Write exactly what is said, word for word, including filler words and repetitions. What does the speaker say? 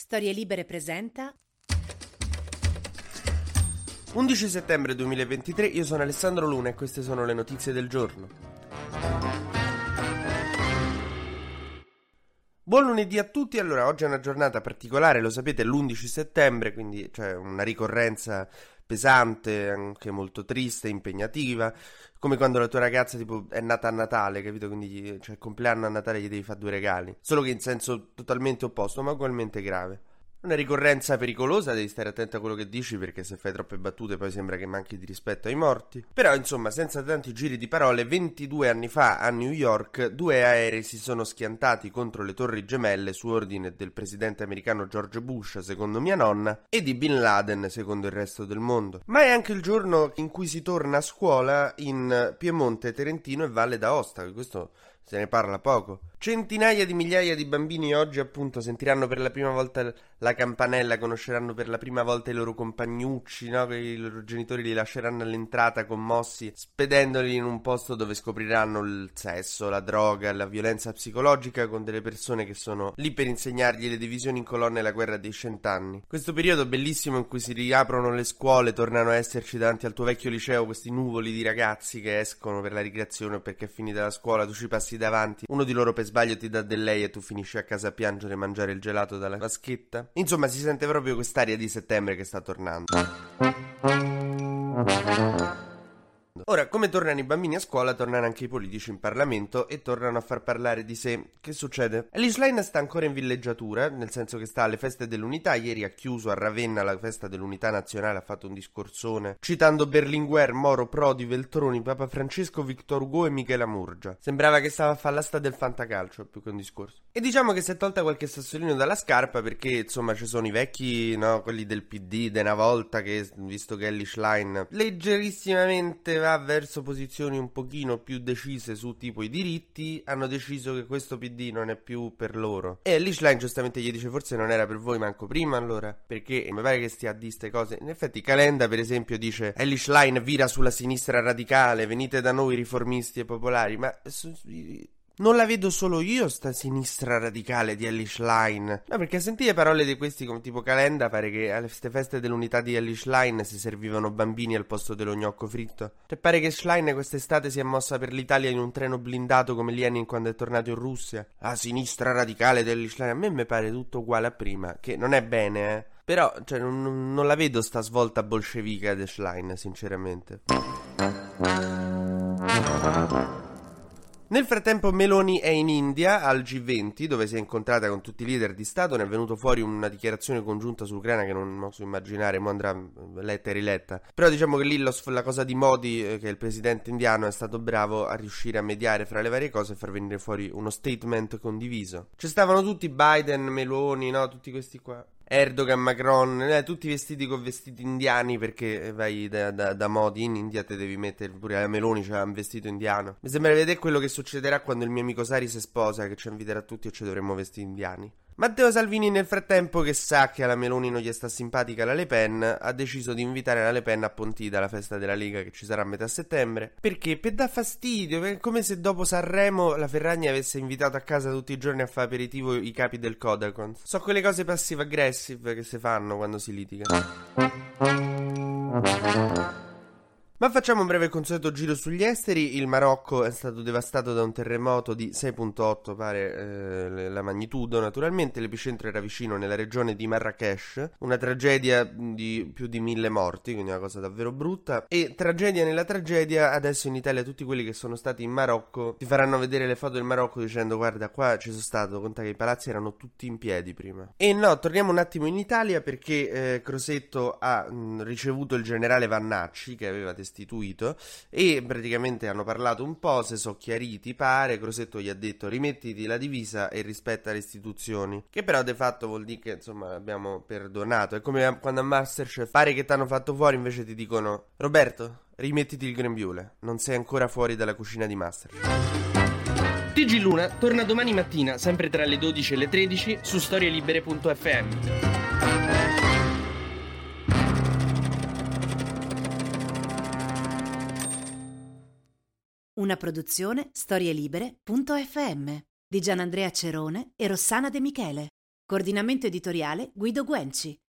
Storie Libere presenta undici settembre duemilaventitré, io sono Alessandro Luna e queste sono le notizie del giorno. Buon lunedì a tutti. Allora, oggi è una giornata particolare, lo sapete, è l'undici settembre, quindi c'è una ricorrenza pesante, anche molto triste, impegnativa, come quando la tua ragazza tipo è nata a Natale, capito? Quindi cioè il compleanno a Natale gli devi fare due regali, solo che in senso totalmente opposto, ma ugualmente grave. Una ricorrenza pericolosa, devi stare attento a quello che dici perché se fai troppe battute poi sembra che manchi di rispetto ai morti. Però insomma, senza tanti giri di parole, ventidue anni fa a New York due aerei si sono schiantati contro le Torri Gemelle su ordine del presidente americano George Bush, secondo mia nonna, e di Bin Laden, secondo il resto del mondo. Ma è anche il giorno in cui si torna a scuola in Piemonte, Trentino e Valle d'Aosta, questo se ne parla poco. Centinaia di migliaia di bambini oggi appunto sentiranno per la prima volta la campanella, conosceranno per la prima volta i loro compagnucci, no? Che i loro genitori li lasceranno all'entrata commossi, spedendoli in un posto dove scopriranno il sesso, la droga, la violenza psicologica con delle persone che sono lì per insegnargli le divisioni in colonne e la guerra dei cent'anni. Questo periodo bellissimo in cui si riaprono le scuole, tornano a esserci davanti al tuo vecchio liceo questi nuvoli di ragazzi che escono per la ricreazione perché è finita la scuola, tu ci passi davanti, uno di loro per sbaglio ti dà del lei e tu finisci a casa a piangere e mangiare il gelato dalla vaschetta. Insomma, si sente proprio quest'aria di settembre che sta tornando. Ora, come tornano i bambini a scuola, tornano anche i politici in Parlamento e tornano a far parlare di sé. Che succede? Elly Schlein sta ancora in villeggiatura, nel senso che sta alle feste dell'unità. Ieri ha chiuso a Ravenna la festa dell'unità nazionale, ha fatto un discorsone citando Berlinguer, Moro, Prodi, Veltroni, Papa Francesco, Victor Hugo e Michela Murgia. Sembrava che stava a fare l'asta del fantacalcio più che un discorso. E diciamo che si è tolta qualche sassolino dalla scarpa perché insomma ci sono i vecchi, no, quelli del P D di una volta che, visto che Elly Schlein leggerissimamente va verso posizioni un pochino più decise su tipo i diritti, hanno deciso che questo P D non è più per loro. E Elly Schlein giustamente gli dice: forse non era per voi manco prima allora, perché mi pare che stia a di ste cose. In effetti Calenda per esempio dice: Elly Schlein vira sulla sinistra radicale, venite da noi riformisti e popolari. Ma non la vedo solo io sta sinistra radicale di Elly Schlein. No, perché a sentire parole di questi come tipo Calenda pare che alle ste feste dell'unità di Elly Schlein si servivano bambini al posto dello gnocco fritto. Cioè pare che Schlein quest'estate si è mossa per l'Italia in un treno blindato come Lenin quando è tornato in Russia. La sinistra radicale di Elly Schlein. A me mi pare tutto uguale a prima, che non è bene, eh. Però, cioè, non, non la vedo sta svolta bolscevica di Schlein, sinceramente. Nel frattempo Meloni è in India al G venti, dove si è incontrata con tutti i leader di Stato. Ne è venuto fuori una dichiarazione congiunta sull'Ucraina che non oso immaginare, mo andrà letta e riletta. Però diciamo che lì lo, la cosa di Modi, che è il presidente indiano, è stato bravo a riuscire a mediare fra le varie cose e far venire fuori uno statement condiviso. Ci stavano tutti Biden, Meloni, no? Tutti questi qua. Erdogan, Macron, eh, tutti vestiti con vestiti indiani perché vai da, da, da Modi in India te devi mettere pure la Meloni c'ha un vestito indiano. Mi sembra vedere quello che succederà quando il mio amico Sari si sposa, che ci inviterà tutti e ci dovremmo vestire indiani. Matteo Salvini nel frattempo, che sa che alla Meloni non gli sta simpatica la Le Pen, ha deciso di invitare la Le Pen a Pontida alla festa della Lega che ci sarà a metà settembre, perché per dar fastidio, è come se dopo Sanremo la Ferragni avesse invitato a casa tutti i giorni a fare aperitivo i capi del Codacons. So quelle cose passive aggressive che si fanno quando si litiga. Ma facciamo un breve consueto giro sugli esteri. Il Marocco è stato devastato da un terremoto di sei virgola otto, pare eh, la magnitudo naturalmente. L'epicentro era vicino nella regione di Marrakech. Una tragedia di più di mille morti, quindi una cosa davvero brutta. E tragedia nella tragedia, adesso in Italia tutti quelli che sono stati in Marocco ti faranno vedere le foto del Marocco dicendo: guarda, qua ci sono stato, conta che i palazzi erano tutti in piedi prima. E no, torniamo un attimo in Italia perché eh, Crosetto ha mh, ricevuto il generale Vannacci che aveva testato istituito e praticamente hanno parlato un po', se so chiariti pare. Crosetto gli ha detto: rimettiti la divisa e rispetta le istituzioni, che però de fatto vuol dire che insomma abbiamo perdonato. È come quando a Masterchef pare che ti hanno fatto fuori, invece ti dicono: Roberto, rimettiti il grembiule, non sei ancora fuori dalla cucina di Masterchef. T G Luna torna domani mattina sempre tra le dodici e le tredici su storielibere punto effe emme. Una produzione storielibere punto effe emme di Gianandrea Cerone e Rossana De Michele. Coordinamento editoriale Guido Guenci.